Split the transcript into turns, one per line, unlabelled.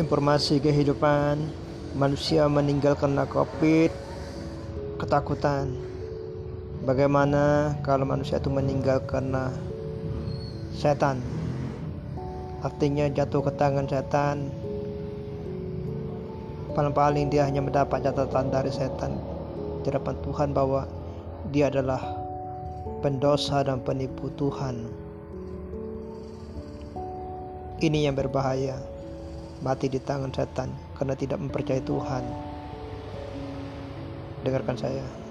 Informasi kehidupan manusia meninggal karena COVID, ketakutan. Bagaimana kalau manusia itu meninggal karena setan? Artinya jatuh ke tangan setan. Paling-paling dia hanya mendapat catatan dari setan di hadapan Tuhan bahwa dia adalah pendosa dan penipu Tuhan. Ini yang berbahaya, mati di tangan setan karena tidak mempercayai Tuhan. Dengarkan saya.